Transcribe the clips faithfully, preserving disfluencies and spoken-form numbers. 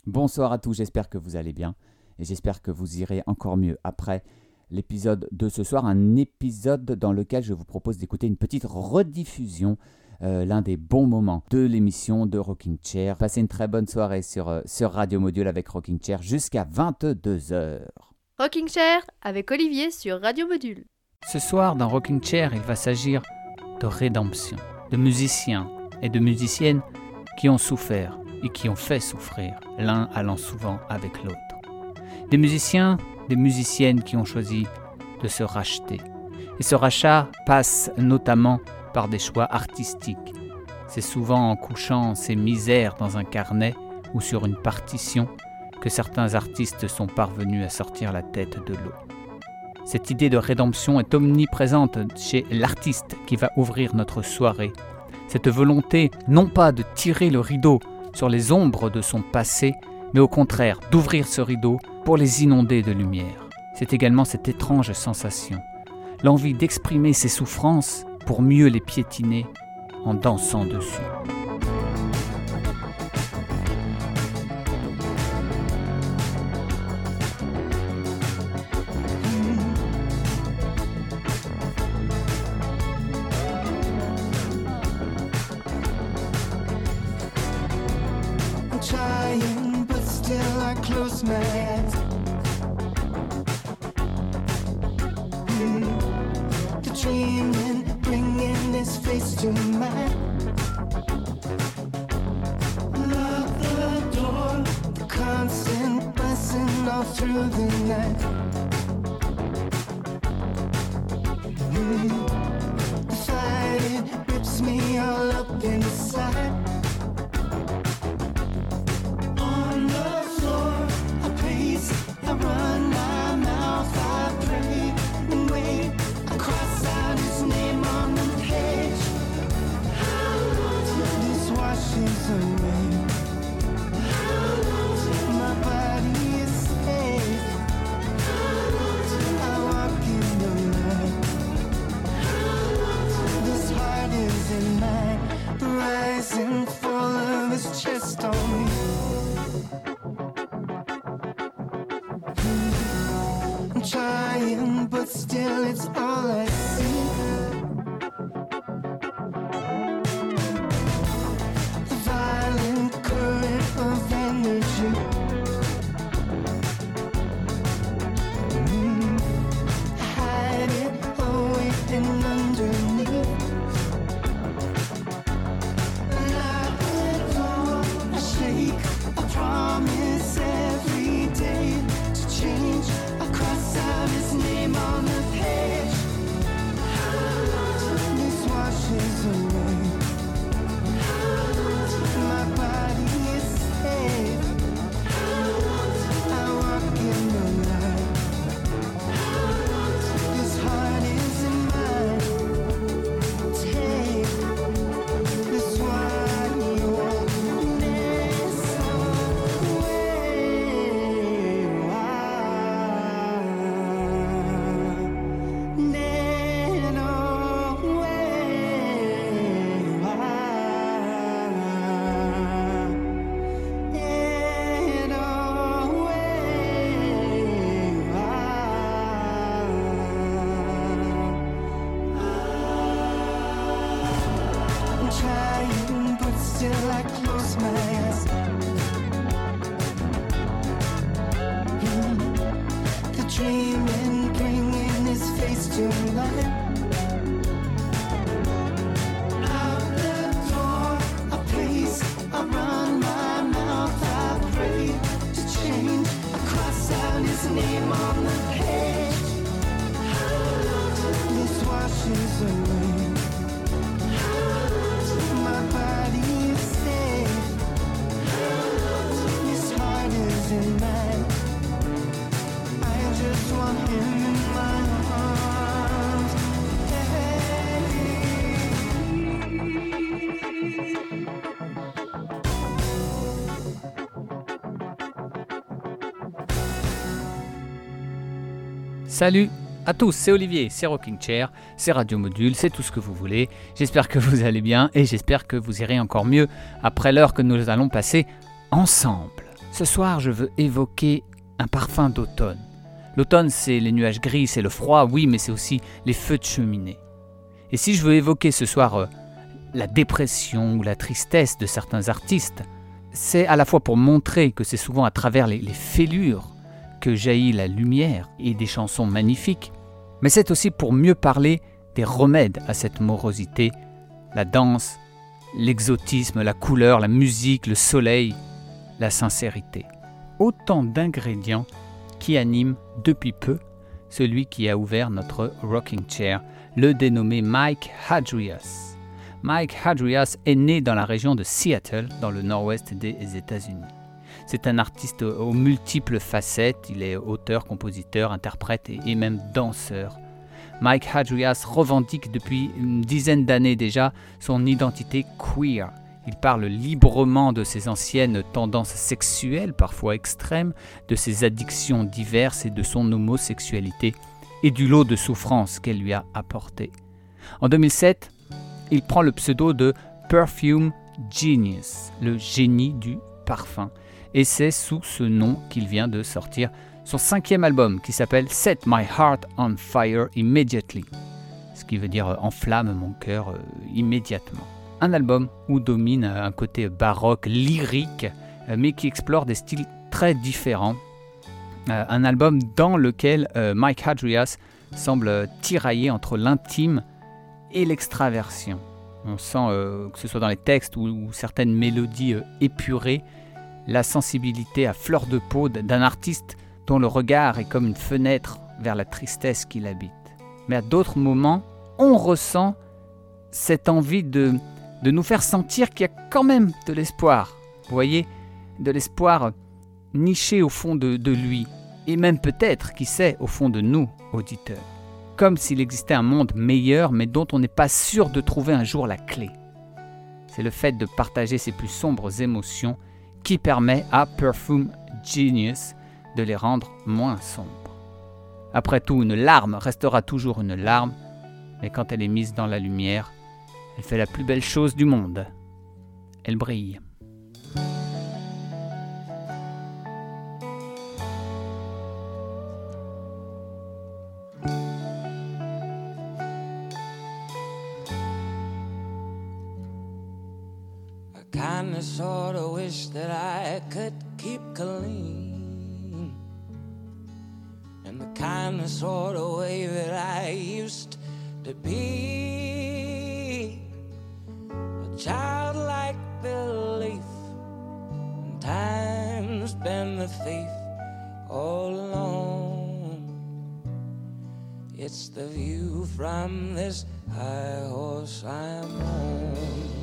Bonsoir à tous, j'espère que vous allez bien et j'espère que vous irez encore mieux après l'épisode de ce soir, un épisode dans lequel je vous propose d'écouter une petite rediffusion, euh, l'un des bons moments de l'émission de Rocking Chair. Passez une très bonne soirée sur, euh, sur Radio Module avec Rocking Chair jusqu'à vingt-deux heures. Rocking Chair avec Olivier sur Radio Module. Ce soir, dans Rocking Chair, il va s'agir de rédemption, de musiciens et de musiciennes qui ont souffert et qui ont fait souffrir, l'un allant souvent avec l'autre. Des musiciens, des musiciennes qui ont choisi de se racheter. Et ce rachat passe notamment par des choix artistiques. C'est souvent en couchant ces misères dans un carnet ou sur une partition que certains artistes sont parvenus à sortir la tête de l'eau. Cette idée de rédemption est omniprésente chez l'artiste qui va ouvrir notre soirée. Cette volonté, non pas de tirer le rideau sur les ombres de son passé, mais au contraire d'ouvrir ce rideau pour les inonder de lumière. C'est également cette étrange sensation, l'envie d'exprimer ses souffrances pour mieux les piétiner en dansant dessus. Salut à tous, c'est Olivier, c'est Rocking Chair, c'est Radio Module, c'est tout ce que vous voulez. J'espère que vous allez bien et j'espère que vous irez encore mieux après l'heure que nous allons passer ensemble. Ce soir, je veux évoquer un parfum d'automne. L'automne, c'est les nuages gris, c'est le froid, oui, mais c'est aussi les feux de cheminée. Et si je veux évoquer ce soir euh, la dépression ou la tristesse de certains artistes, c'est à la fois pour montrer que c'est souvent à travers les, les fêlures que jaillit la lumière et des chansons magnifiques, mais c'est aussi pour mieux parler des remèdes à cette morosité, la danse, l'exotisme, la couleur, la musique, le soleil, la sincérité. Autant d'ingrédients qui animent depuis peu celui qui a ouvert notre rocking chair, le dénommé Mike Hadrias. Mike Hadrias est né dans la région de Seattle, dans le nord-ouest des États-Unis. C'est un artiste aux multiples facettes, il est auteur, compositeur, interprète et même danseur. Mike Hadrias revendique depuis une dizaine d'années déjà son identité queer. Il parle librement de ses anciennes tendances sexuelles, parfois extrêmes, de ses addictions diverses et de son homosexualité, et du lot de souffrances qu'elle lui a apporté. En deux mille sept, il prend le pseudo de Perfume Genius, le génie du parfum, et c'est sous ce nom qu'il vient de sortir son cinquième album qui s'appelle Set My Heart on Fire Immediately, ce qui veut dire enflamme mon cœur euh, immédiatement. Un album où domine un côté baroque, lyrique, euh, mais qui explore des styles très différents. Euh, un album dans lequel euh, Mike Hadrias semble tirailler entre l'intime et l'extraversion. On sent, euh, que ce soit dans les textes ou, ou certaines mélodies euh, épurées, la sensibilité à fleur de peau d'un artiste dont le regard est comme une fenêtre vers la tristesse qu'il habite. Mais à d'autres moments, on ressent cette envie de, de nous faire sentir qu'il y a quand même de l'espoir. Vous voyez, de l'espoir niché au fond de, de lui, et même peut-être, qui sait, au fond de nous, auditeurs. Comme s'il existait un monde meilleur, mais dont on n'est pas sûr de trouver un jour la clé. C'est le fait de partager ses plus sombres émotions qui permet à Perfume Genius de les rendre moins sombres. Après tout, une larme restera toujours une larme, mais quand elle est mise dans la lumière, elle fait la plus belle chose du monde. Elle brille. Kinda sorta wish that I could keep clean in the kinda sorta way that I used to be. A childlike belief and time's been the thief all along. It's the view from this high horse I'm on.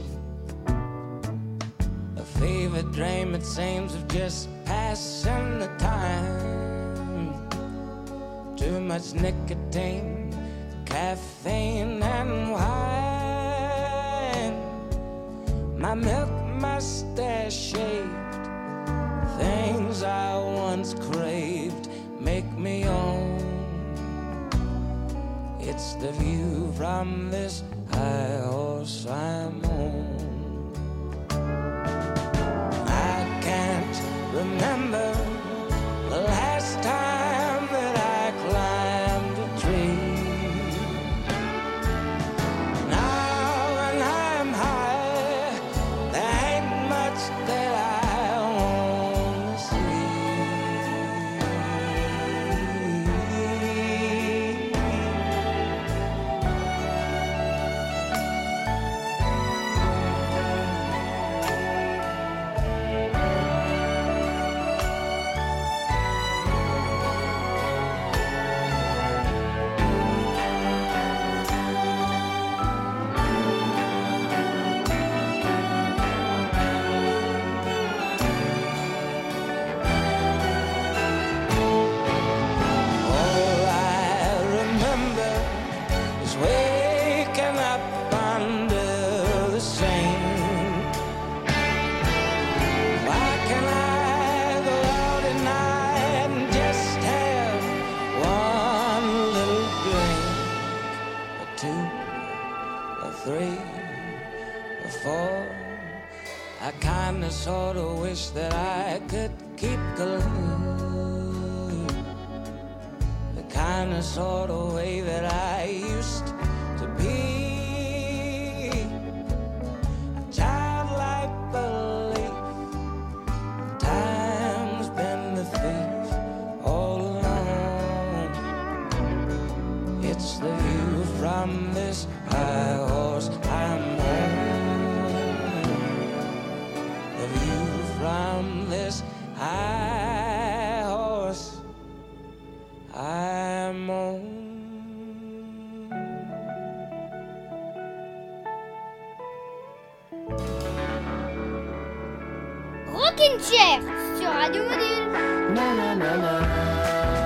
Favorite dream, it seems, of just passing the time. Too much nicotine, caffeine and wine. My milk mustache shaved, things I once craved make me own. It's the view from this high horse I'm on. Remember the last time that I climbed a tree. Now when I'm high, there ain't much that I wanna see. kind of sort of way that I used to be. A childlike belief, time's been the thief all along. It's the view from this high horse I'm on. The view from this high horse I'm on. Rocking Chair sur Radio Module. Na na na na.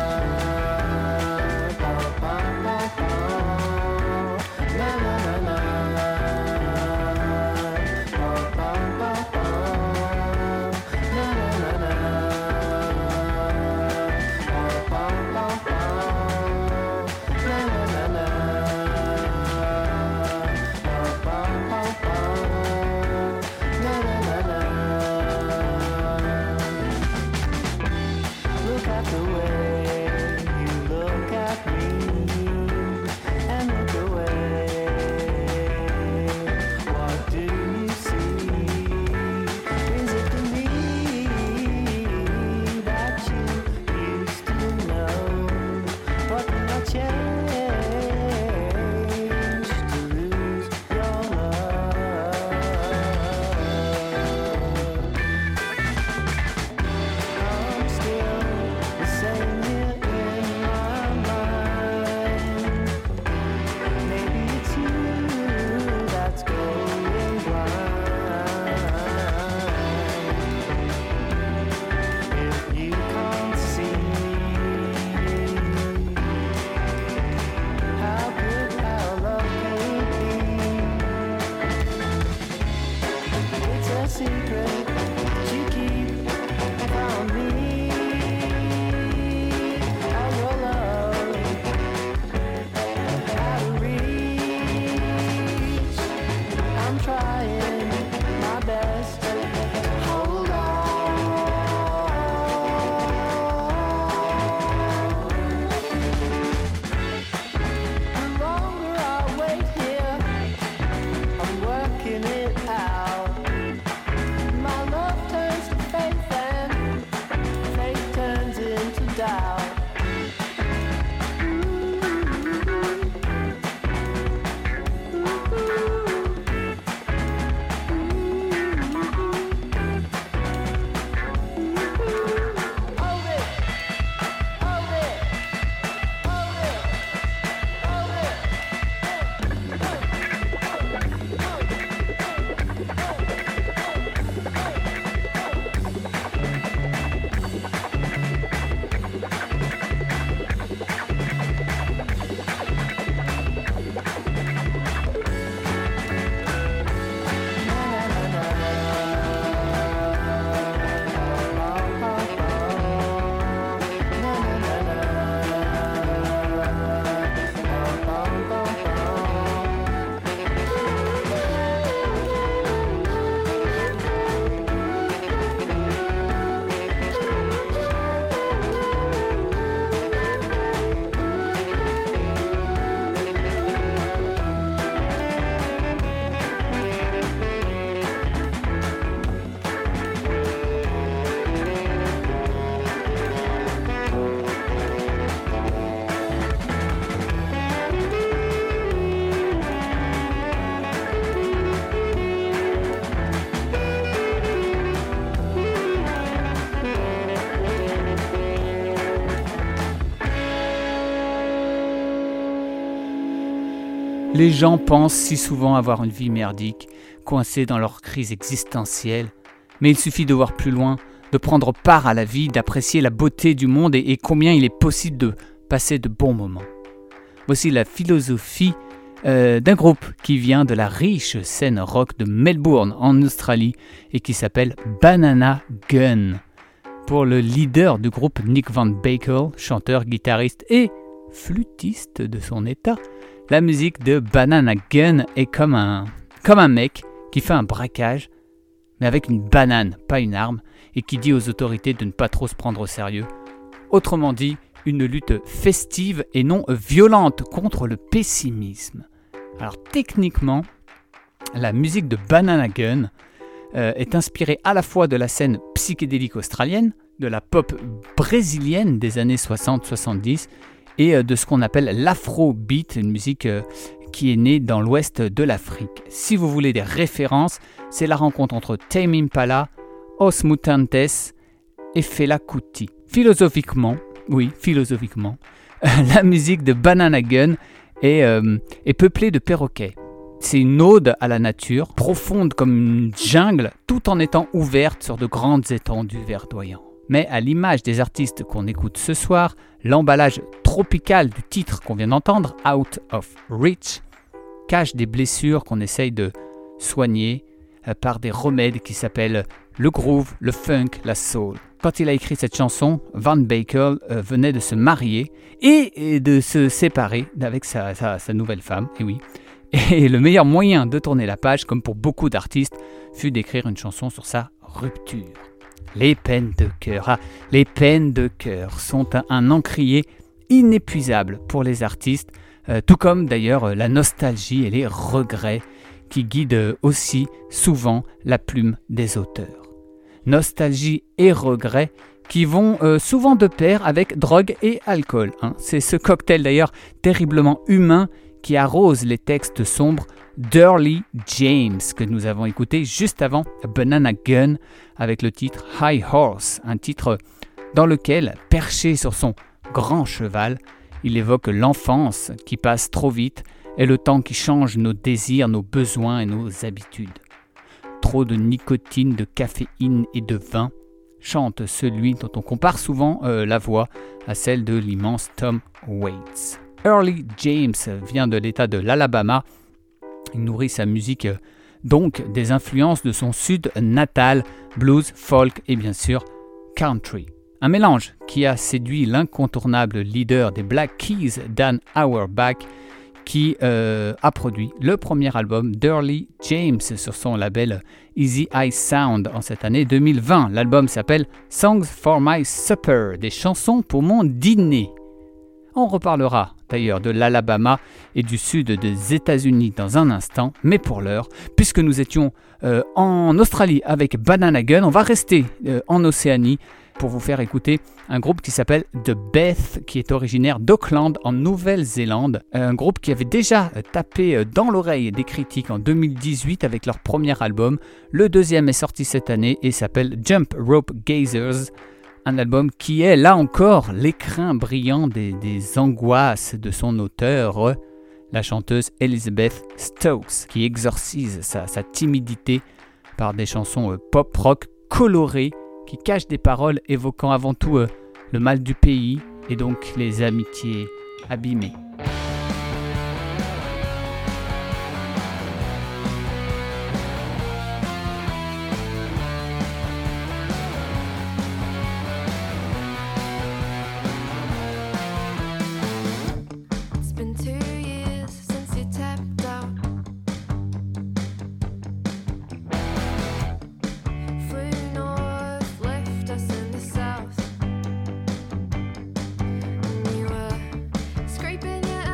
Les gens pensent si souvent avoir une vie merdique, coincés dans leur crise existentielle, mais il suffit de voir plus loin, de prendre part à la vie, d'apprécier la beauté du monde et, et combien il est possible de passer de bons moments. Voici la philosophie euh, d'un groupe qui vient de la riche scène rock de Melbourne en Australie et qui s'appelle Banana Gun. Pour le leader du groupe Nick Van Bakel, chanteur, guitariste et flûtiste de son état, la musique de Banana Gun est comme un, comme un mec qui fait un braquage, mais avec une banane, pas une arme, et qui dit aux autorités de ne pas trop se prendre au sérieux. Autrement dit, une lutte festive et non violente contre le pessimisme. Alors techniquement, la musique de Banana Gun euh, est inspirée à la fois de la scène psychédélique australienne, de la pop brésilienne des années soixante soixante-dix et euh, de ce qu'on appelle l'afrobeat, une musique euh, qui est née dans l'ouest de l'Afrique. Si vous voulez des références, c'est la rencontre entre Tame Impala, Os Mutantes et Fela Kuti. Philosophiquement, oui, philosophiquement, la musique de Banana Gun est, euh, est peuplée de perroquets. C'est une ode à la nature, profonde comme une jungle, tout en étant ouverte sur de grandes étendues verdoyantes. Mais à l'image des artistes qu'on écoute ce soir, l'emballage tropical du titre qu'on vient d'entendre, Out of Reach, cache des blessures qu'on essaye de soigner euh, par des remèdes qui s'appellent le groove, le funk, la soul. Quand il a écrit cette chanson, Van Bakel euh, venait de se marier et, et de se séparer avec sa, sa, sa nouvelle femme, et oui. Et le meilleur moyen de tourner la page, comme pour beaucoup d'artistes, fut d'écrire une chanson sur sa rupture. Les peines de cœur, ah, les peines de cœur sont un, un encrier inépuisable pour les artistes, euh, tout comme d'ailleurs euh, la nostalgie et les regrets qui guident aussi souvent la plume des auteurs. Nostalgie et regrets qui vont euh, souvent de pair avec drogue et alcool. Hein. C'est ce cocktail d'ailleurs terriblement humain qui arrose les textes sombres d'Early James que nous avons écouté juste avant Banana Gun avec le titre High Horse, un titre dans lequel, perché sur son grand cheval, il évoque l'enfance qui passe trop vite et le temps qui change nos désirs, nos besoins et nos habitudes. Trop de nicotine, de caféine et de vin, chante celui dont on compare souvent euh, la voix à celle de l'immense Tom Waits. Early James vient de l'État de l'Alabama. Il nourrit sa musique euh, donc des influences de son sud natal, blues, folk et bien sûr country. Un mélange qui a séduit l'incontournable leader des Black Keys, Dan Auerbach, qui euh, a produit le premier album d'Early James sur son label Easy Eye Sound en cette année deux mille vingt. L'album s'appelle Songs for My Supper, des chansons pour mon dîner. On reparlera d'ailleurs de l'Alabama et du sud des États-Unis dans un instant, mais pour l'heure, puisque nous étions euh, en Australie avec Banana Gun, on va rester euh, en Océanie pour vous faire écouter un groupe qui s'appelle The Beth, qui est originaire d'Auckland en Nouvelle-Zélande. Un groupe qui avait déjà tapé dans l'oreille des critiques en deux mille dix-huit avec leur premier album. Le deuxième est sorti cette année et s'appelle Jump Rope Gazers. Un album qui est, là encore, l'écrin brillant des, des angoisses de son auteur, la chanteuse Elizabeth Stokes, qui exorcise sa, sa timidité par des chansons pop-rock colorées qui cachent des paroles évoquant avant tout euh, le mal du pays et donc les amitiés abîmées. Scraping your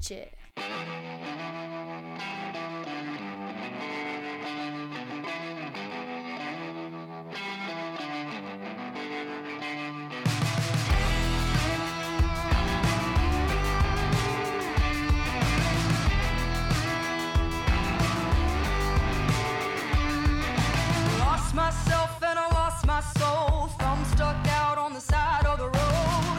Chair. Myself and I lost my soul, thumb stuck out on the side of the road.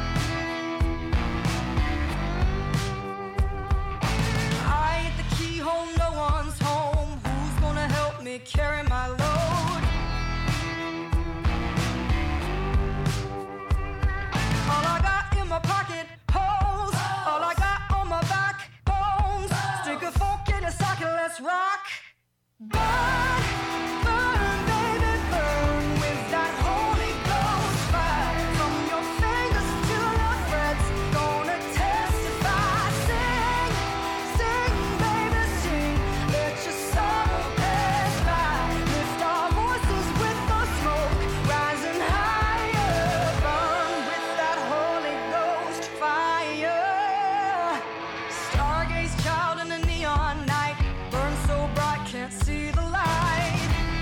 I ain't the keyhole, no one's home. Who's gonna help me carry my load? All I got in my pocket holes, all I got on my back bones. Stick a fork in a socket, let's rock. Burn, burn, baby, burn with that Holy Ghost fire. From your fingers to your threads, gonna testify. Sing, sing, baby, sing. Let your soul pass by. Lift our voices with the smoke, rising higher. Burn with that Holy Ghost fire. Stargaze child in the neon night, burn so bright can't see the light.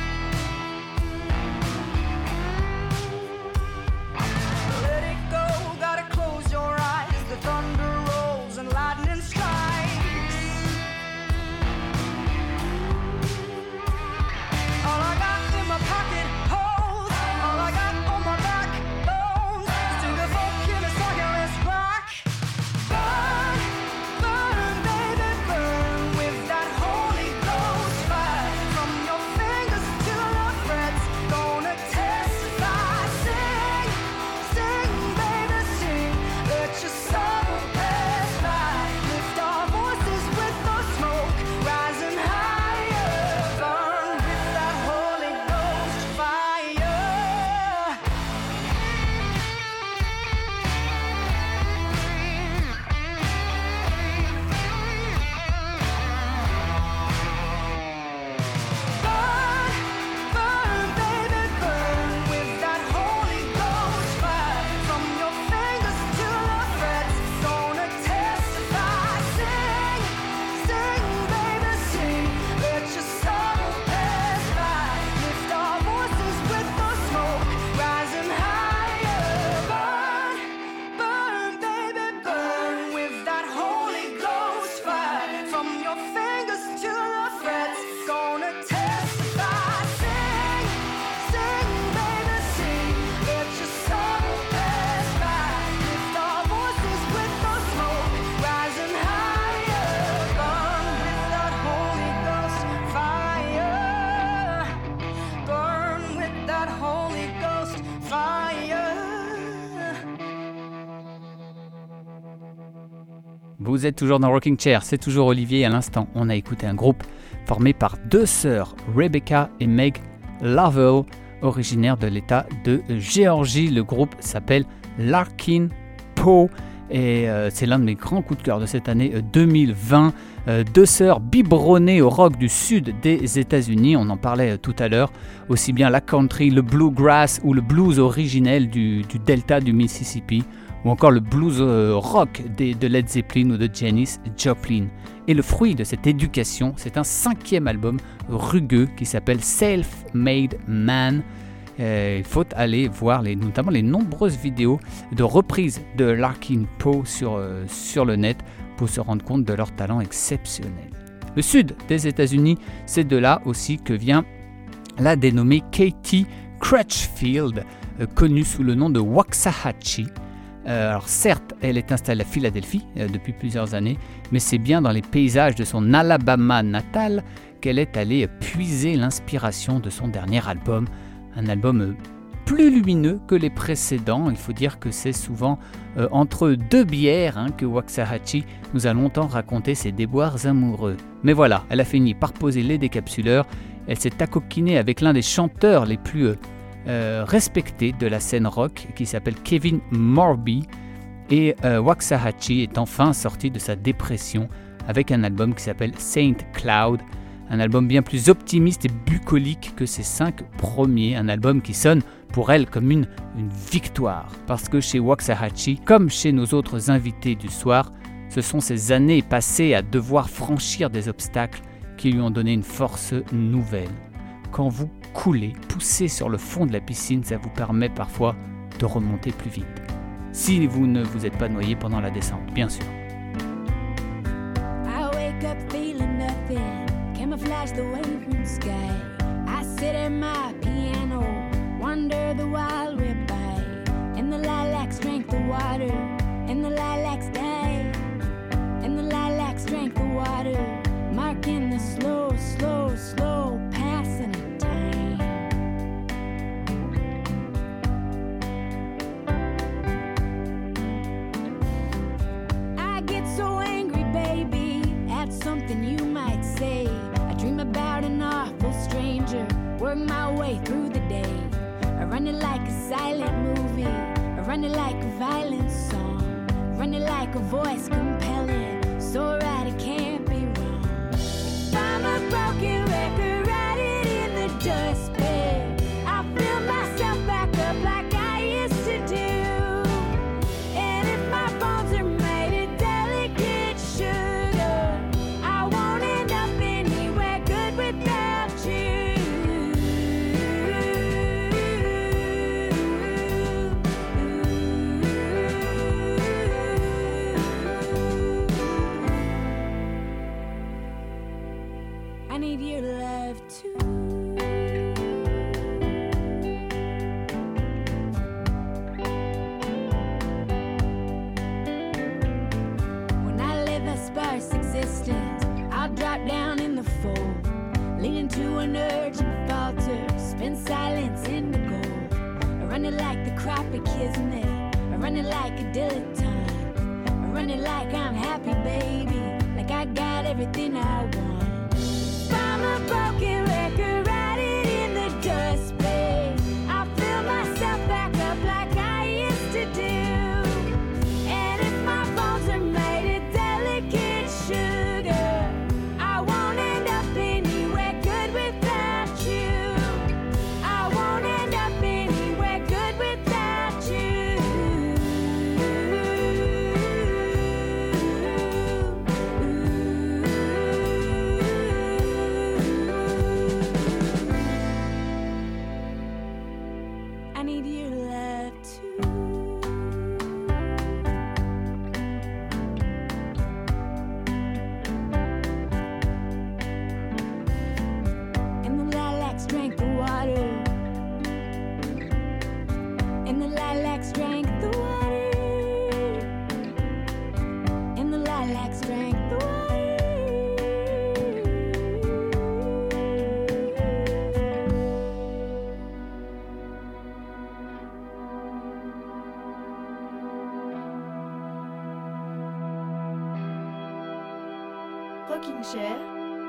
Let it go, gotta close your eyes. The thunder rolls and lightning strikes. All I got in my pocket holes, all I got on my back bones. Stick a fork in a socket, let's rock. Burn, burn, baby, burn with that Holy Ghost fire. From your fingers to your threads, gonna testify. Sing, sing, baby, sing. Let your soul pass by. Lift our voices with the smoke, rising higher. Burn with that Holy Ghost fire. Burn, burn, baby, burn with that Holy Ghost fire. From your fingers to your threads, gonna testify. Sing, sing, baby, sing. Let your soul pass by. Lift our voices with the smoke, rising higher. Burn, burn, baby, burn with that Holy Ghost fire. From your fingers to your threads, gonna testify. Sing, sing, baby, sing. Let your soul pass by. Lift our voices with the smoke, rising higher. Burn with that Holy Ghost fire. Burn with that Holy Ghost fire. Vous êtes toujours dans Rocking Chair, c'est toujours Olivier. À l'instant, on a écouté un groupe formé par deux sœurs, Rebecca et Meg Lovell, originaires de l'État de Géorgie. Le groupe s'appelle Larkin Poe et euh, c'est l'un de mes grands coups de cœur de cette année euh, deux mille vingt. Euh, deux sœurs biberonnées au rock du sud des États-Unis, on en parlait euh, tout à l'heure, aussi bien la country, le bluegrass ou le blues originel du, du delta du Mississippi, ou encore le blues euh, rock des, de Led Zeppelin ou de Janis Joplin. Et le fruit de cette éducation, c'est un cinquième album rugueux qui s'appelle Self-Made Man. Euh, il faut aller voir les, notamment les nombreuses vidéos de reprises de Larkin Poe sur, euh, sur le net pour se rendre compte de leur talent exceptionnel. Le sud des États-Unis, c'est de là aussi que vient la dénommée Katie Crutchfield, euh, connue sous le nom de Waxahachie. Euh, alors certes, elle est installée à Philadelphie euh, depuis plusieurs années, mais c'est bien dans les paysages de son Alabama natal qu'elle est allée puiser l'inspiration de son dernier album, un album euh, plus lumineux que les précédents. Il faut dire que c'est souvent euh, entre deux bières hein, que Waxahachie nous a longtemps raconté ses déboires amoureux. Mais voilà, elle a fini par poser les décapsuleurs, elle s'est accoquinée avec l'un des chanteurs les plus... Euh, Euh, respecté de la scène rock qui s'appelle Kevin Morby et euh, Waxahachie est enfin sorti de sa dépression avec un album qui s'appelle Saint Cloud, un album bien plus optimiste et bucolique que ses cinq premiers, un album qui sonne pour elle comme une, une victoire parce que chez Waxahachie, comme chez nos autres invités du soir, Ce sont ces années passées à devoir franchir des obstacles qui lui ont donné une force nouvelle. Quand vous coulez, poussez sur le fond de la piscine, ça vous permet parfois de remonter plus vite. Si vous ne vous êtes pas noyé pendant la descente, bien sûr. I wake up feeling nothing, camouflage the waving sky. I sit at my piano, wonder the wild we're by. And the lilacs drank the water, and the lilacs died. And the lilacs drank the water, marking the slow, slow, slow passing of time. I get so angry, baby, at something you might say. I dream about an awful stranger, work my way through the day. I run it like a silent movie, I run it like a violent song, run it like a voice compelling, so right it can't be wrong. If I'm a broken record, write it in the dustbin. I fill myself back up like I used to do. And if my bones are made of delicate sugar, I won't end up anywhere good without you. I need your love too. When I live a sparse existence, I'll drop down in the fold, lean into an urgent falter, spin silence into gold. I run it like the crappie kismet, I run it like a dilettante, I run it like I'm happy, baby, like I got everything I want. I'm a broken record, write it in the dustbin. I fill myself back up like I used to do. And if my bones are made of delicate sugar, I won't end up anywhere good without you. I won't end up anywhere good without you. I need your love too. And the lilacs drank the water, and the lilacs drank the water, and the lilacs drank the water. Rocking Chair.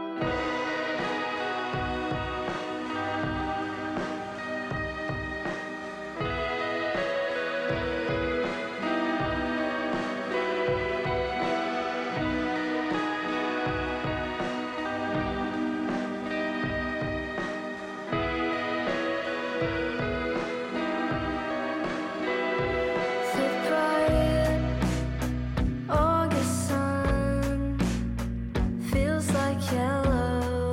The bright August sun feels like yellow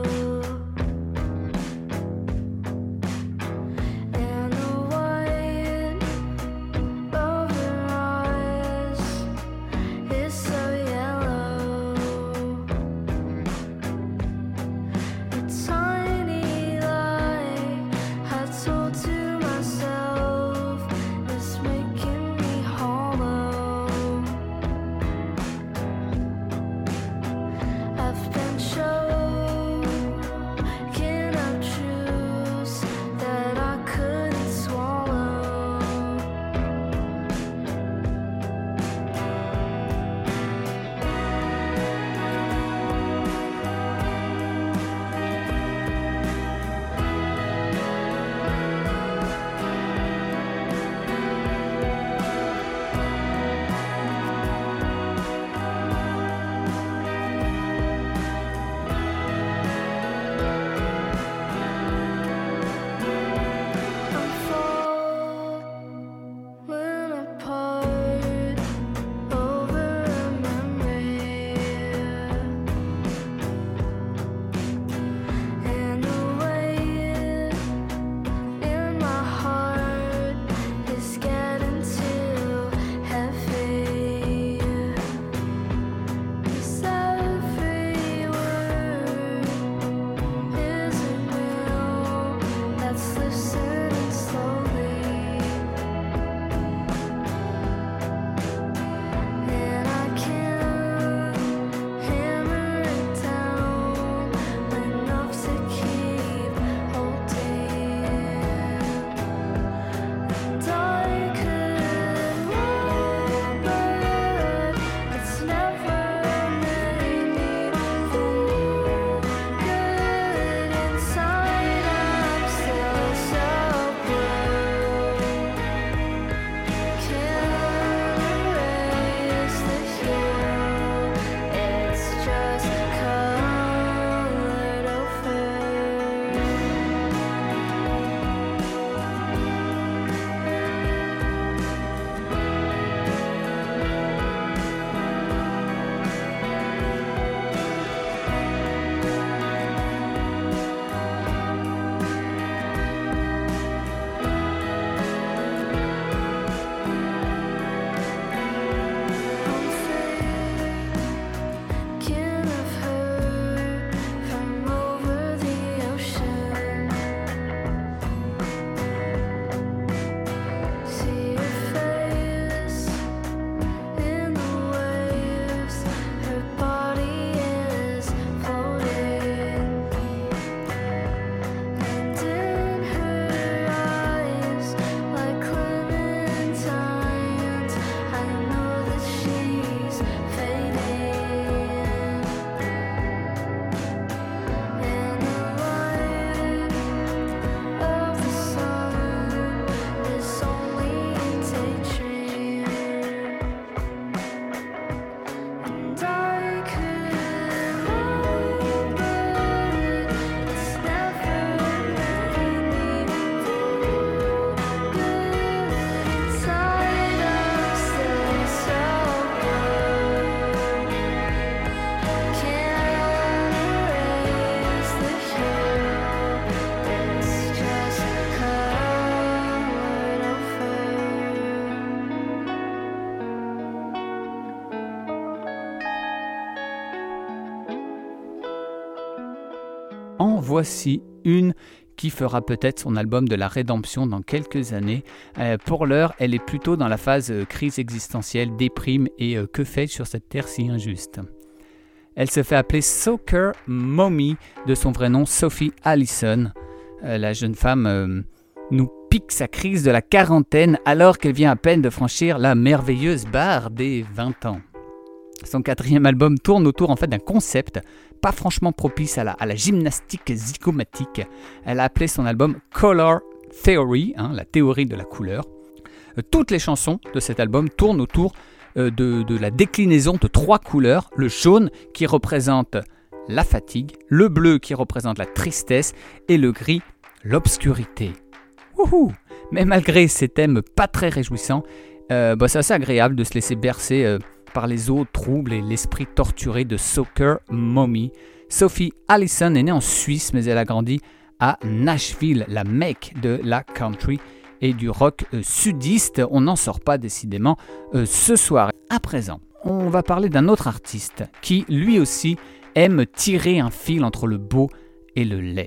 voici une qui fera peut-être son album de la rédemption dans quelques années. Euh, pour l'heure, elle est plutôt dans la phase euh, crise existentielle, déprime et euh, que fais-je sur cette terre si injuste. Elle se fait appeler Soccer Mommy, de son vrai nom Sophie Allison. Euh, la jeune femme euh, nous pique sa crise de la quarantaine alors qu'elle vient à peine de franchir la merveilleuse barre des vingt ans. Son quatrième album tourne autour en fait d'un concept pas franchement propice à la, à la gymnastique zygomatique. Elle a appelé son album Color Theory, hein, la théorie de la couleur. Euh, toutes les chansons de cet album tournent autour euh, de, de la déclinaison de trois couleurs. Le jaune qui représente la fatigue, le bleu qui représente la tristesse et le gris, l'obscurité. Wouhou! Mais malgré ces thèmes pas très réjouissants, euh, bah, c'est assez agréable de se laisser bercer euh, par les eaux troubles et l'esprit torturé de Soccer Mommy. Sophie Allison est née en Suisse, mais elle a grandi à Nashville, la mecque de la country et du rock euh, sudiste. On n'en sort pas décidément euh, ce soir. À présent, on va parler d'un autre artiste qui, lui aussi, aime tirer un fil entre le beau et le laid.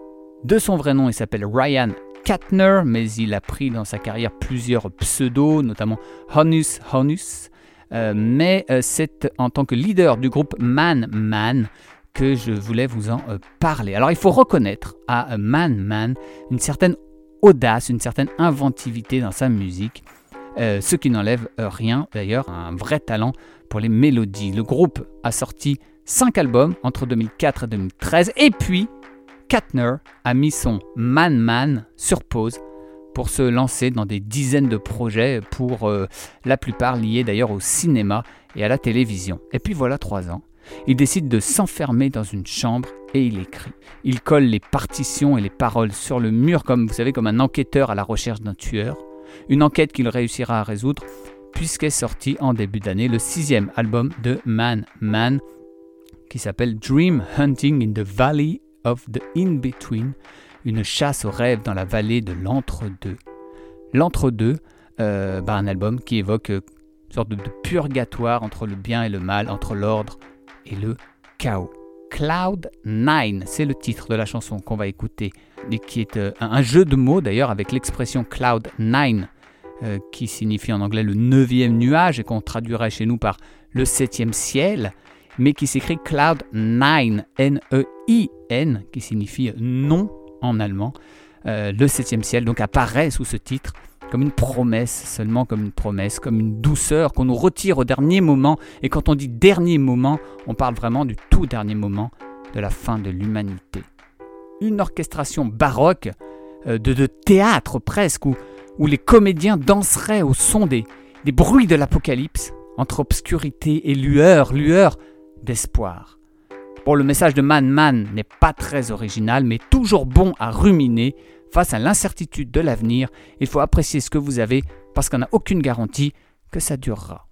De son vrai nom, il s'appelle Ryan Kattner, mais il a pris dans sa carrière plusieurs pseudos, notamment Honus Honus. Euh, mais euh, c'est en tant que leader du groupe Man Man que je voulais vous en euh, parler. Alors il faut reconnaître à euh, Man Man une certaine audace, une certaine inventivité dans sa musique, euh, ce qui n'enlève euh, rien d'ailleurs, un vrai talent pour les mélodies. Le groupe a sorti cinq albums entre deux mille quatre et deux mille treize et puis Kattner a mis son Man Man sur pause pour se lancer dans des dizaines de projets, pour euh, la plupart liés d'ailleurs au cinéma et à la télévision. Et puis voilà trois ans, il décide de s'enfermer dans une chambre et il écrit. Il colle les partitions et les paroles sur le mur, comme vous savez, comme un enquêteur à la recherche d'un tueur. Une enquête qu'il réussira à résoudre, puisqu'est sorti en début d'année le sixième album de Man Man, qui s'appelle Dream Hunting in the Valley of the In-Between, une chasse aux rêves dans la vallée de l'entre-deux. L'entre-deux, euh, bah un album qui évoque une sorte de, de purgatoire entre le bien et le mal, entre l'ordre et le chaos. Cloud Nine, c'est le titre de la chanson qu'on va écouter, et qui est euh, un, un jeu de mots d'ailleurs avec l'expression Cloud Nine, euh, qui signifie en anglais le neuvième nuage et qu'on traduirait chez nous par le septième ciel, mais qui s'écrit Cloud Nine, N E I N, qui signifie non en allemand. Euh, le septième ciel donc apparaît sous ce titre comme une promesse, seulement comme une promesse, comme une douceur qu'on nous retire au dernier moment. Et quand on dit dernier moment, on parle vraiment du tout dernier moment de la fin de l'humanité. Une orchestration baroque, euh, de, de théâtre presque, où, où les comédiens danseraient au son des, des bruits de l'apocalypse, entre obscurité et lueur, lueur d'espoir. Bon, le message de Man Man n'est pas très original, mais toujours bon à ruminer. Face à l'incertitude de l'avenir, il faut apprécier ce que vous avez parce qu'on n'a aucune garantie que ça durera.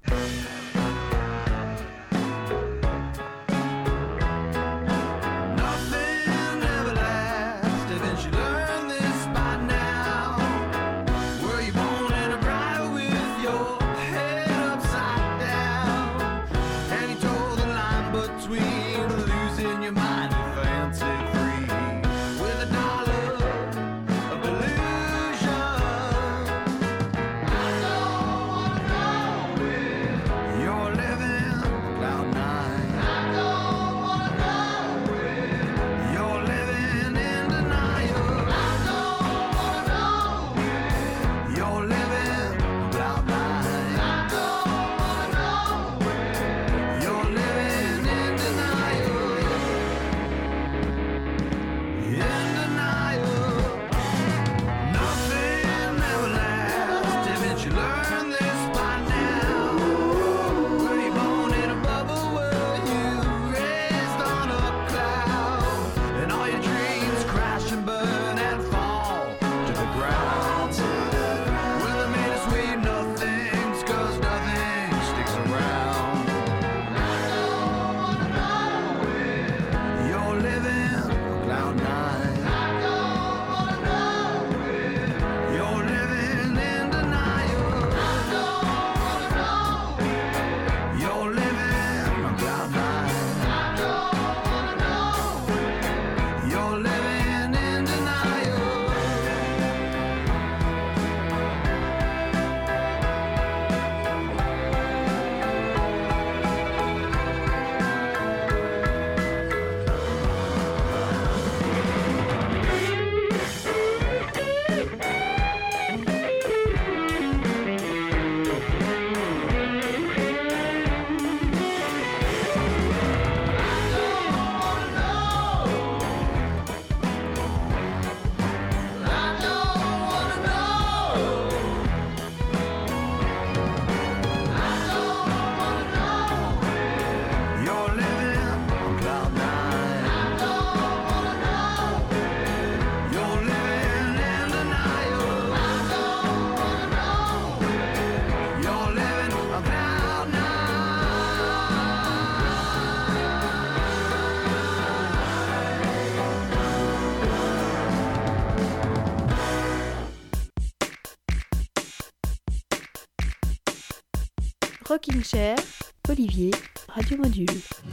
With Rocking Chair, Olivier, Radio Module.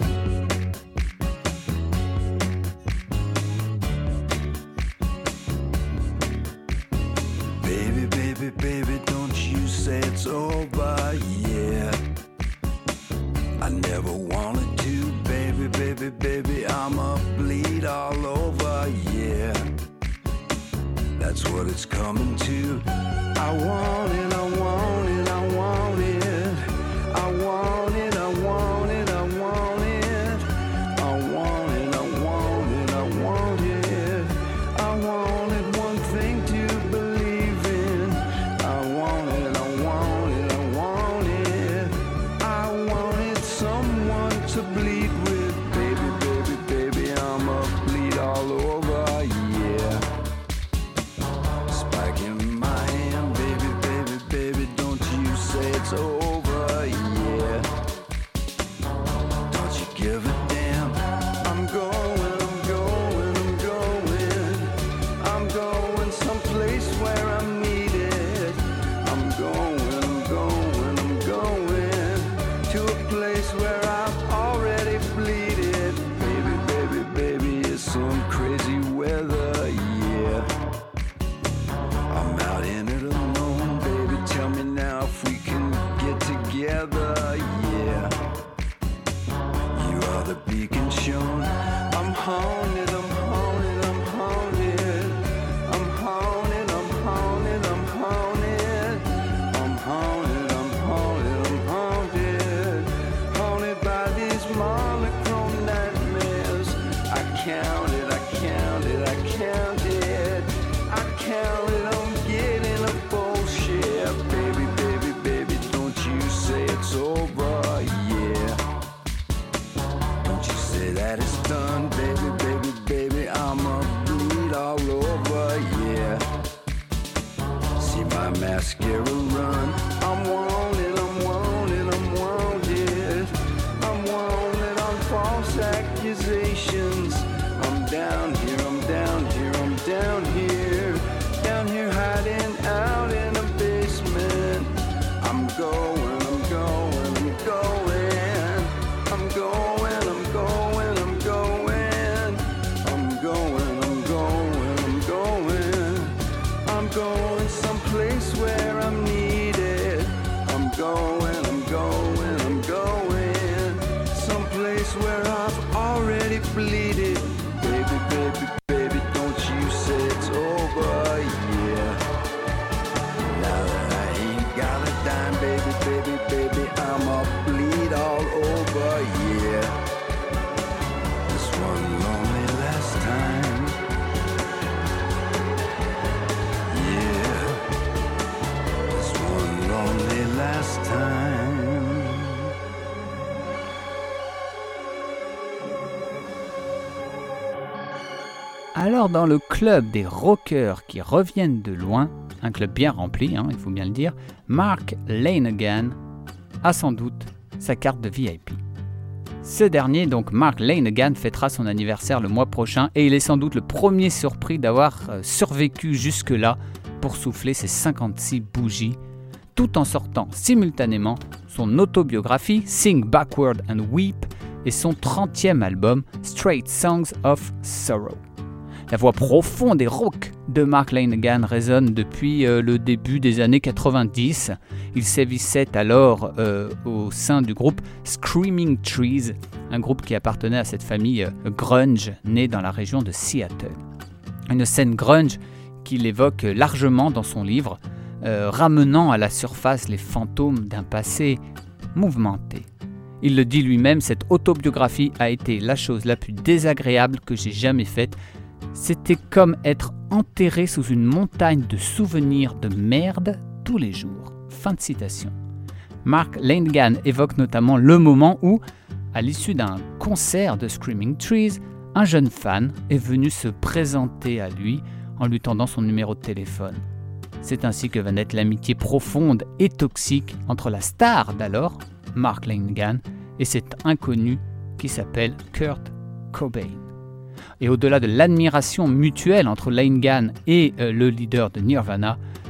Baby, baby, baby, don't you say it's over, yeah. I never wanted to, baby, baby, baby, I'ma bleed all over, yeah. That's what it's coming to. I want it, I want it, I want it. I want it, I want it, I want it. I want it, I want it, I want it. I wanted one thing to believe in. I want it, I want it, I want it. I wanted someone to bleed with. Baby, baby, baby, I'ma bleed all over, yeah. Spike in my hand, baby, baby, baby, don't you say it's over, yeah. Don't you give a damn. I'm going, I'm going, I'm going. I'm going someplace where I'm needed. I'm going, I'm going, I'm going to a place where I've already bleeded. Baby, baby, baby, it's some crazy weather, yeah. I'm out in it alone, baby, tell me now if we can get together, yeah. You are the beacon shown. I'm haunted, I'm haunted, I'm haunted. I'm haunted, I'm haunted, I'm haunted. I'm haunted, I'm haunted, I'm haunted. Haunted by these monochrome nightmares. I counted, I counted, I counted. I counted, I'm getting a bullshit. Baby, baby, baby, don't you say it's over, yeah. Don't you say that it's done, baby, baby, baby, I'ma bleed all over, yeah. See my mascara run. I'm wanted, I'm wanted, I'm wanted. I'm wanted on false accusations. I'm down here, I'm down here, I'm down here. Down here hiding out in a basement. I'm going, I'm going, I'm going. I'm going, I'm going, I'm going. I'm going, I'm going, I'm going. I'm going someplace where I'm needed. I'm going, I'm going, I'm going. Someplace where I've already bleeded. Baby, baby, baby, don't you say it's over, yeah. Now that I ain't got a dime, baby, baby, baby, I'ma bleed all over, yeah. This one lonely last time, yeah. This one lonely last time. Alors dans le club des rockers qui reviennent de loin, un club bien rempli, hein, il faut bien le dire, Mark Lanegan a sans doute sa carte de V I P. Ce dernier, donc Mark Lanegan, fêtera son anniversaire le mois prochain et il est sans doute le premier surpris d'avoir euh, survécu jusque-là pour souffler ses cinquante-six bougies, tout en sortant simultanément son autobiographie Sing Backward and Weep et son trentième album Straight Songs of Sorrow. La voix profonde et rauque de Mark Lanegan résonne depuis euh, le début des années quatre-vingt-dix. Il sévissait alors euh, au sein du groupe Screaming Trees, un groupe qui appartenait à cette famille euh, grunge née dans la région de Seattle. Une scène grunge qu'il évoque largement dans son livre, euh, ramenant à la surface les fantômes d'un passé mouvementé. Il le dit lui-même, cette autobiographie a été la chose la plus désagréable que j'ai jamais faite. C'était comme être enterré sous une montagne de souvenirs de merde tous les jours. Fin de citation. Mark Lanegan évoque notamment le moment où, à l'issue d'un concert de Screaming Trees, un jeune fan est venu se présenter à lui en lui tendant son numéro de téléphone. C'est ainsi que va naître l'amitié profonde et toxique entre la star d'alors, Mark Lanegan, et cet inconnu qui s'appelle Kurt Cobain. Et au-delà de l'admiration mutuelle entre Lanegan et euh, le leader de Nirvana,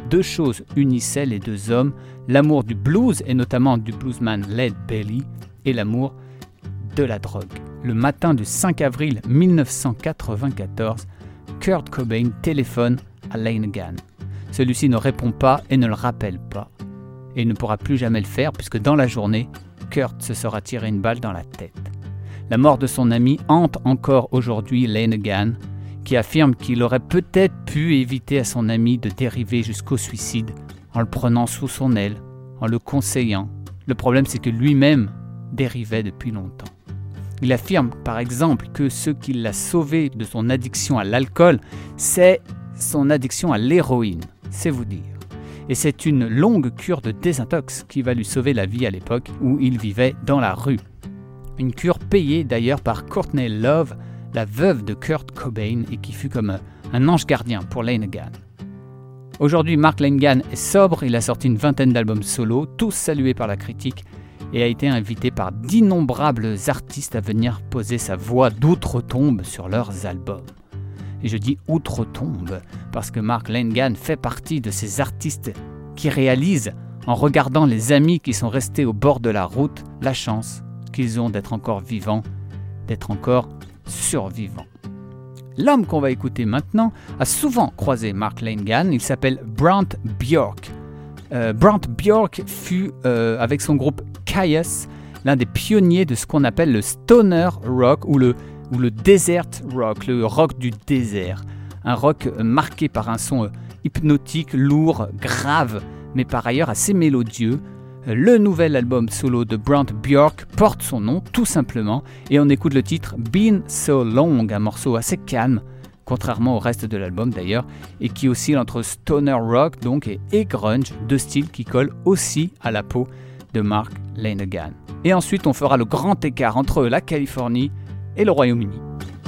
deux choses unissaient les deux hommes, l'amour du blues et notamment du bluesman Lead Belly et l'amour de la drogue. Le matin du cinq avril mille neuf cent quatre-vingt-quatorze, Kurt Cobain téléphone à Lanegan. Celui-ci ne répond pas et ne le rappelle pas. Et il ne pourra plus jamais le faire puisque dans la journée, Kurt se sera tiré une balle dans la tête. La mort de son ami hante encore aujourd'hui Lanegan, qui affirme qu'il aurait peut-être pu éviter à son ami de dériver jusqu'au suicide en le prenant sous son aile, en le conseillant. Le problème, c'est que lui-même dérivait depuis longtemps. Il affirme par exemple que ce qui l'a sauvé de son addiction à l'alcool, c'est son addiction à l'héroïne, c'est vous dire. Et c'est une longue cure de désintox qui va lui sauver la vie à l'époque où il vivait dans la rue. Une cure payée d'ailleurs par Courtney Love, la veuve de Kurt Cobain, et qui fut comme un ange gardien pour Lanegan. Aujourd'hui, Mark Lanegan est sobre, il a sorti une vingtaine d'albums solo, tous salués par la critique, et a été invité par d'innombrables artistes à venir poser sa voix d'outre-tombe sur leurs albums. Et je dis outre-tombe parce que Mark Lanegan fait partie de ces artistes qui réalisent, en regardant les amis qui sont restés au bord de la route, la chance qu'ils ont d'être encore vivants, d'être encore survivants. L'homme qu'on va écouter maintenant a souvent croisé Mark Lanegan, il s'appelle Brant Bjork. Euh, Brant Bjork fut, euh, avec son groupe Kyuss, l'un des pionniers de ce qu'on appelle le stoner rock ou le, ou le desert rock, le rock du désert. Un rock marqué par un son hypnotique, lourd, grave, mais par ailleurs assez mélodieux. Le nouvel album solo de Brant Bjork porte son nom, tout simplement, et on écoute le titre Been So Long, un morceau assez calme, contrairement au reste de l'album d'ailleurs, et qui oscille entre stoner rock donc et, et grunge, deux styles qui collent aussi à la peau de Mark Lanegan. Et ensuite on fera le grand écart entre la Californie et le Royaume-Uni.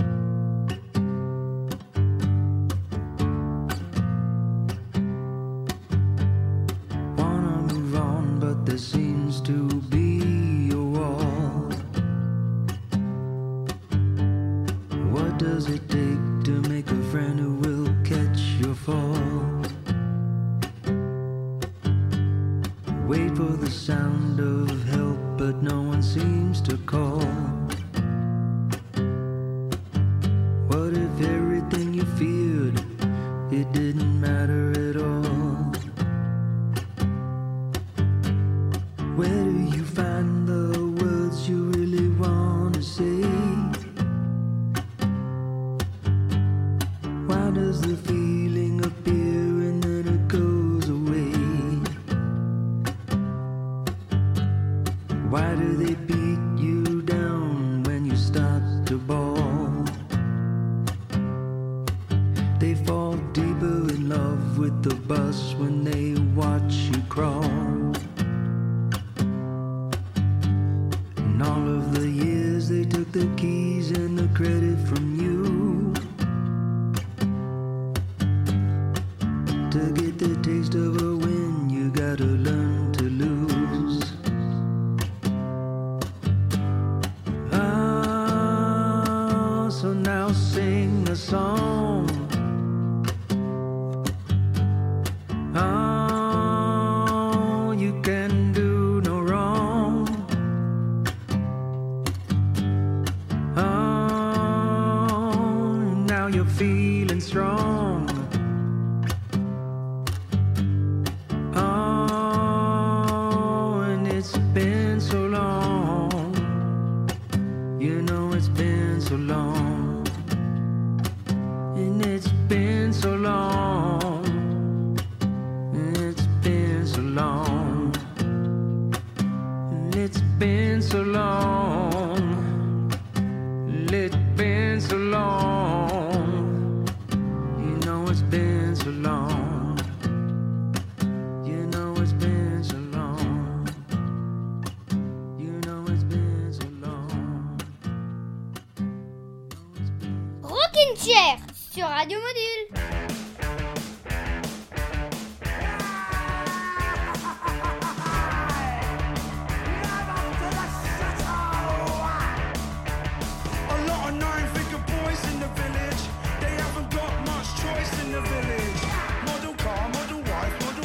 There seems to be a wall. What does it take to make a friend who will catch your fall? Wait for the sound of help, but no one seems to call. What if everything you feared, it didn't matter at all? Where do you find the words you really want to say? Why does the feeling appear and then it goes away? Why do they beat you down when you start to bawl? They fall deeper in love with the bus when they watch you crawl. All of the years they took the keys and the credit from you. To get the taste of a win, you gotta learn to lose. Ah, so now sing a song. Ah, you can do no wrong. You're feeling strong. Oh, and it's been so long. You know it's been so long. And it's been so long. And it's been so long. And it's been so long. It's been so long. It's been so long. You know it's been so long. You know it's been so long. Rockin' Chair sur Radio Module. In the village, model car, model wife, model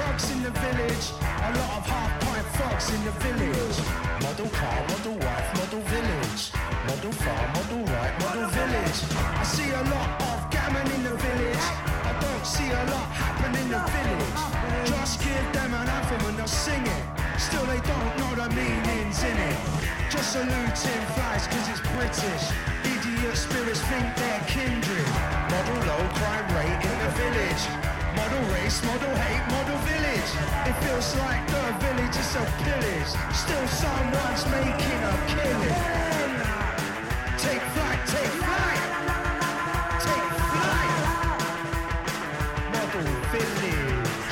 drugs in the village. A lot of half-pint frogs in the village. Model car, model wife, model village. Model farm, model right, model village. I see a lot of gammon in the village. I don't see a lot happen in the village. Just give them an anthem and they'll sing it. Still they don't know the meanings in it. Just saluting flies cause it's British. Idiot spirits think they're kindred. Model low crime rate in the village. Model race, model hate, model village. It feels like the village is so pillaged. Still someone's making a killing. Take flight, take flight. Take flight. Model village.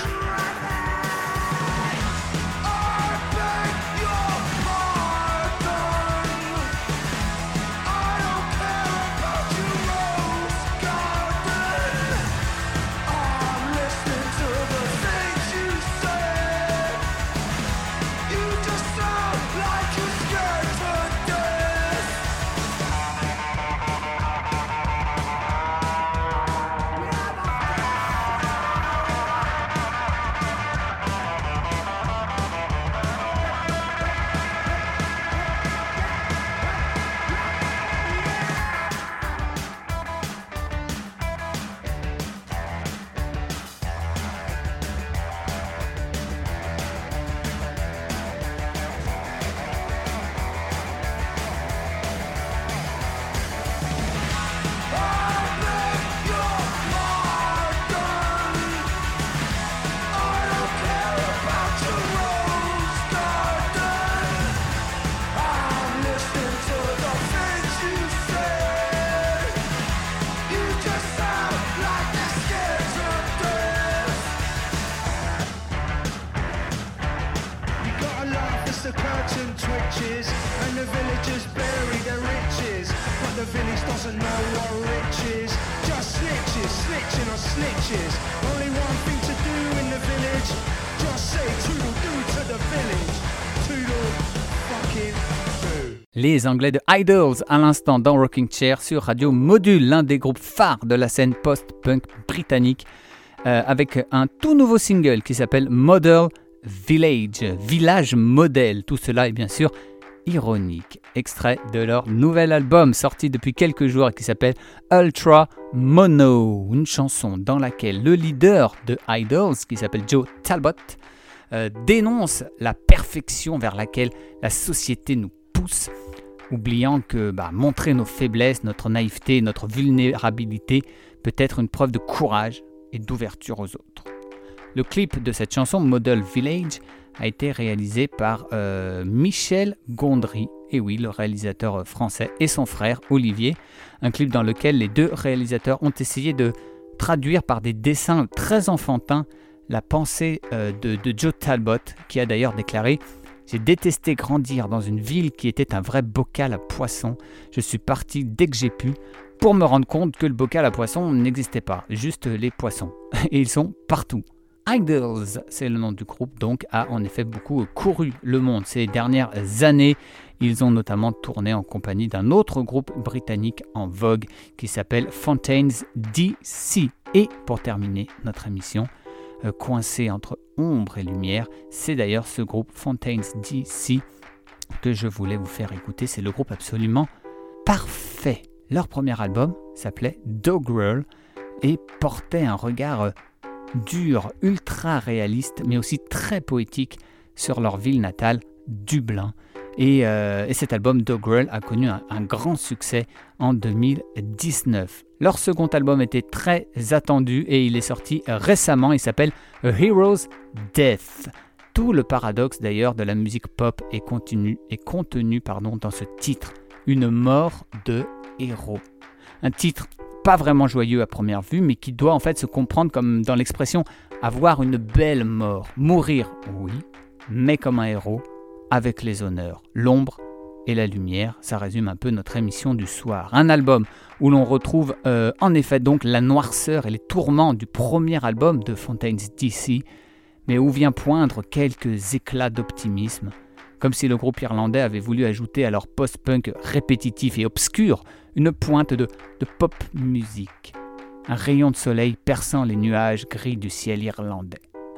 the curtain twitches and the villagers bury their riches, but the village doesn't know what rich is. Just snitches, snitching on snitches. Only one thing to do in the village, just say toodle-doo to the village. Toodle fucking doo. Les Anglais de Idols à l'instant dans Rocking Chair sur Radio Module, l'un des groupes phares de la scène post-punk britannique, euh, avec un tout nouveau single qui s'appelle Model Village, village modèle. Tout cela est bien sûr ironique, extrait de leur nouvel album sorti depuis quelques jours et qui s'appelle Ultra Mono, une chanson dans laquelle le leader de Idols, qui s'appelle Joe Talbot, euh, dénonce la perfection vers laquelle la société nous pousse, oubliant que bah, montrer nos faiblesses, notre naïveté, notre vulnérabilité peut être une preuve de courage et d'ouverture aux autres. Le clip de cette chanson, Model Village, a été réalisé par euh, Michel Gondry, et oui, le réalisateur français, et son frère Olivier. Un clip dans lequel les deux réalisateurs ont essayé de traduire par des dessins très enfantins la pensée euh, de, de Joe Talbot, qui a d'ailleurs déclaré « J'ai détesté grandir dans une ville qui était un vrai bocal à poissons. Je suis parti dès que j'ai pu pour me rendre compte que le bocal à poissons n'existait pas, juste les poissons. Et ils sont partout. » Idols, c'est le nom du groupe, donc a en effet beaucoup couru le monde ces dernières années. Ils ont notamment tourné en compagnie d'un autre groupe britannique en vogue qui s'appelle Fontaines D C. Et pour terminer notre émission, euh, coincé entre ombre et lumière, c'est d'ailleurs ce groupe Fontaines D C que je voulais vous faire écouter. C'est le groupe absolument parfait. Leur premier album s'appelait Doggerel et portait un regard euh, dur, ultra réaliste, mais aussi très poétique sur leur ville natale, Dublin. Et, euh, et cet album, Doggerel, a connu un, un grand succès en deux mille dix-neuf. Leur second album était très attendu et il est sorti récemment. Il s'appelle A Hero's Death. Tout le paradoxe d'ailleurs de la musique pop est contenu, est contenu pardon, dans ce titre. Une mort de héros. Un titre pas vraiment joyeux à première vue, mais qui doit en fait se comprendre comme dans l'expression « avoir une belle mort ». Mourir, oui, mais comme un héros, avec les honneurs, l'ombre et la lumière. Ça résume un peu notre émission du soir. Un album où l'on retrouve euh, en effet donc la noirceur et les tourments du premier album de Fontaines D C, mais où vient poindre quelques éclats d'optimisme, comme si le groupe irlandais avait voulu ajouter à leur post-punk répétitif et obscur une pointe de, de pop musique. Un rayon de soleil perçant les nuages gris du ciel irlandais.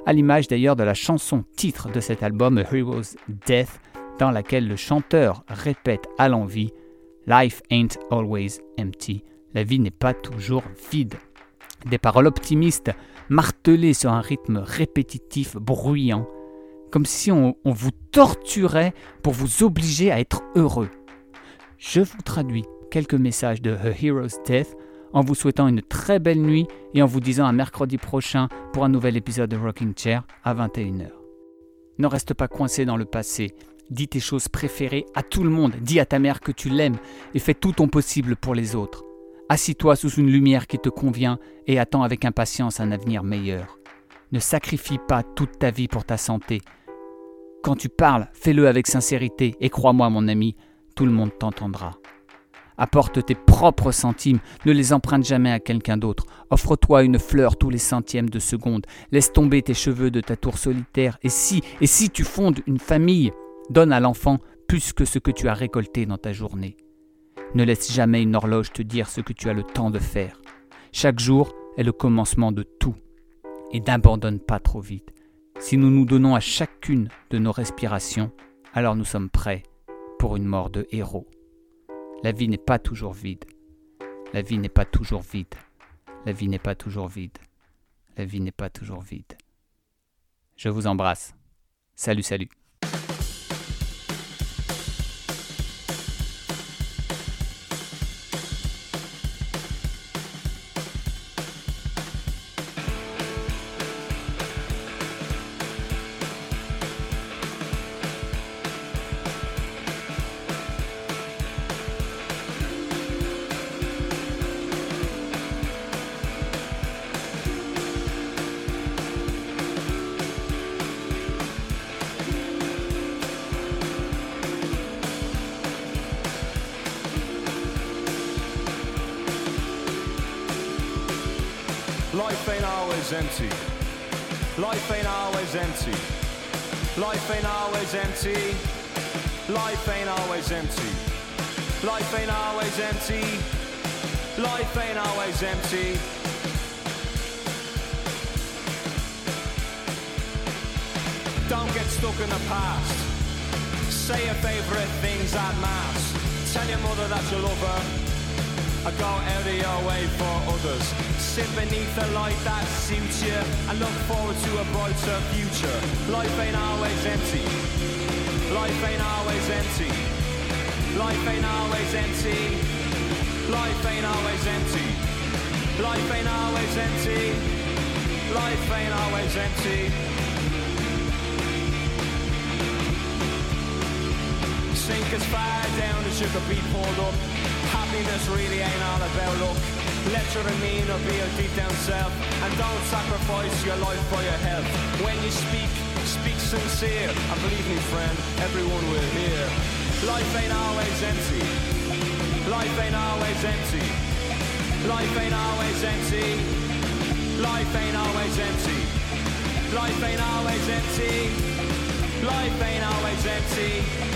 à l'image d'ailleurs de la chanson titre de cet album, A Hero's Death, dans laquelle le chanteur répète à l'envi « Life ain't always empty ». La vie n'est pas toujours vide. Des paroles optimistes martelées sur un rythme répétitif, bruyant, comme si on, on vous torturait pour vous obliger à être heureux. Je vous traduis quelques messages de A Hero's Death en vous souhaitant une très belle nuit et en vous disant à mercredi prochain pour un nouvel épisode de Rocking Chair à vingt et une heures. Ne reste pas coincé dans le passé. Dis tes choses préférées à tout le monde. Dis à ta mère que tu l'aimes et fais tout ton possible pour les autres. Assis-toi sous une lumière qui te convient et attends avec impatience un avenir meilleur. Ne sacrifie pas toute ta vie pour ta santé. Quand tu parles, fais-le avec sincérité et crois-moi mon ami, tout le monde t'entendra. Apporte tes propres centimes, ne les emprunte jamais à quelqu'un d'autre. Offre-toi une fleur tous les centièmes de seconde. Laisse tomber tes cheveux de ta tour solitaire. Et si, et si tu fondes une famille, donne à l'enfant plus que ce que tu as récolté dans ta journée. Ne laisse jamais une horloge te dire ce que tu as le temps de faire. Chaque jour est le commencement de tout. Et n'abandonne pas trop vite. Si nous nous donnons à chacune de nos respirations, alors nous sommes prêts pour une mort de héros. La vie n'est pas toujours vide. La vie n'est pas toujours vide. La vie n'est pas toujours vide. La vie n'est pas toujours vide. Je vous embrasse. Salut, salut. Life ain't always empty. Life ain't always empty. Life ain't always empty. Life ain't always empty. Life ain't always empty. Life ain't always empty. Don't get stuck in the past. Say your favourite things en masse. Tell your mother that you love her. Or go out of your way for others. Sit beneath a light that suits you and look forward to a brighter future. Life ain't always empty. Life ain't always empty. Life ain't always empty. Life ain't always empty. Life ain't always empty. Life ain't always empty. Sink as far down as you could be pulled up. Happiness really ain't all about luck. Let your demeanor be your deep down self. And don't sacrifice your life for your health. When you speak, speak sincere. And believe me friend, everyone will hear. Life ain't always empty. Life ain't always empty. Life ain't always empty. Life ain't always empty. Life ain't always empty. Life ain't always empty.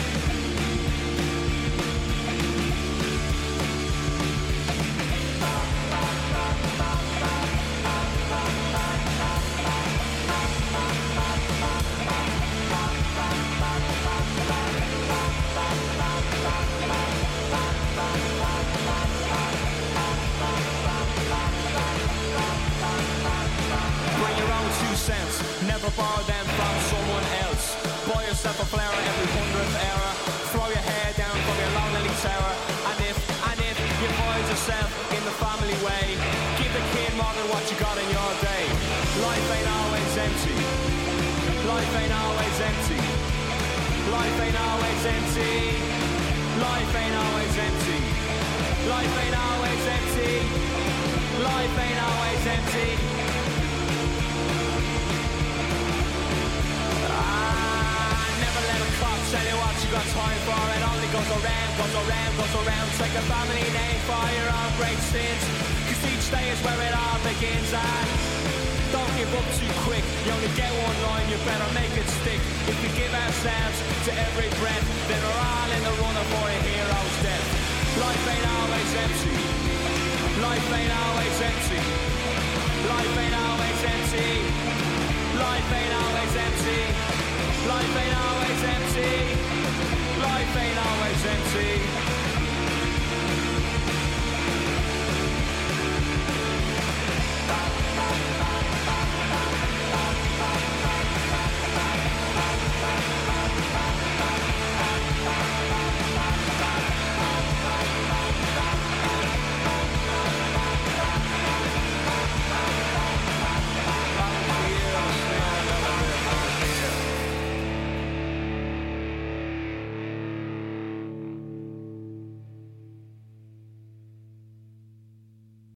Never borrow them from someone else. Buy yourself a flower every hundredth hour. Throw your hair down from your lonely tower. And if, and if you find yourself in the family way, give the kid more than what you got in your day. Life ain't always empty. Life ain't always empty. Life ain't always empty. Life ain't always empty. Life ain't always empty. Life ain't always empty. Tell you what you got time for. It only goes around, goes around, goes around. Take a family name for your own great sins. Cause each day is where it all begins. And don't give up too quick. You only get one line, you better make it stick. If we give ourselves to every breath, then we're all in the running for a hero's death. Life ain't always empty. Life ain't always empty. Life ain't always empty. Life ain't always empty. Life ain't always empty. Life ain't always empty.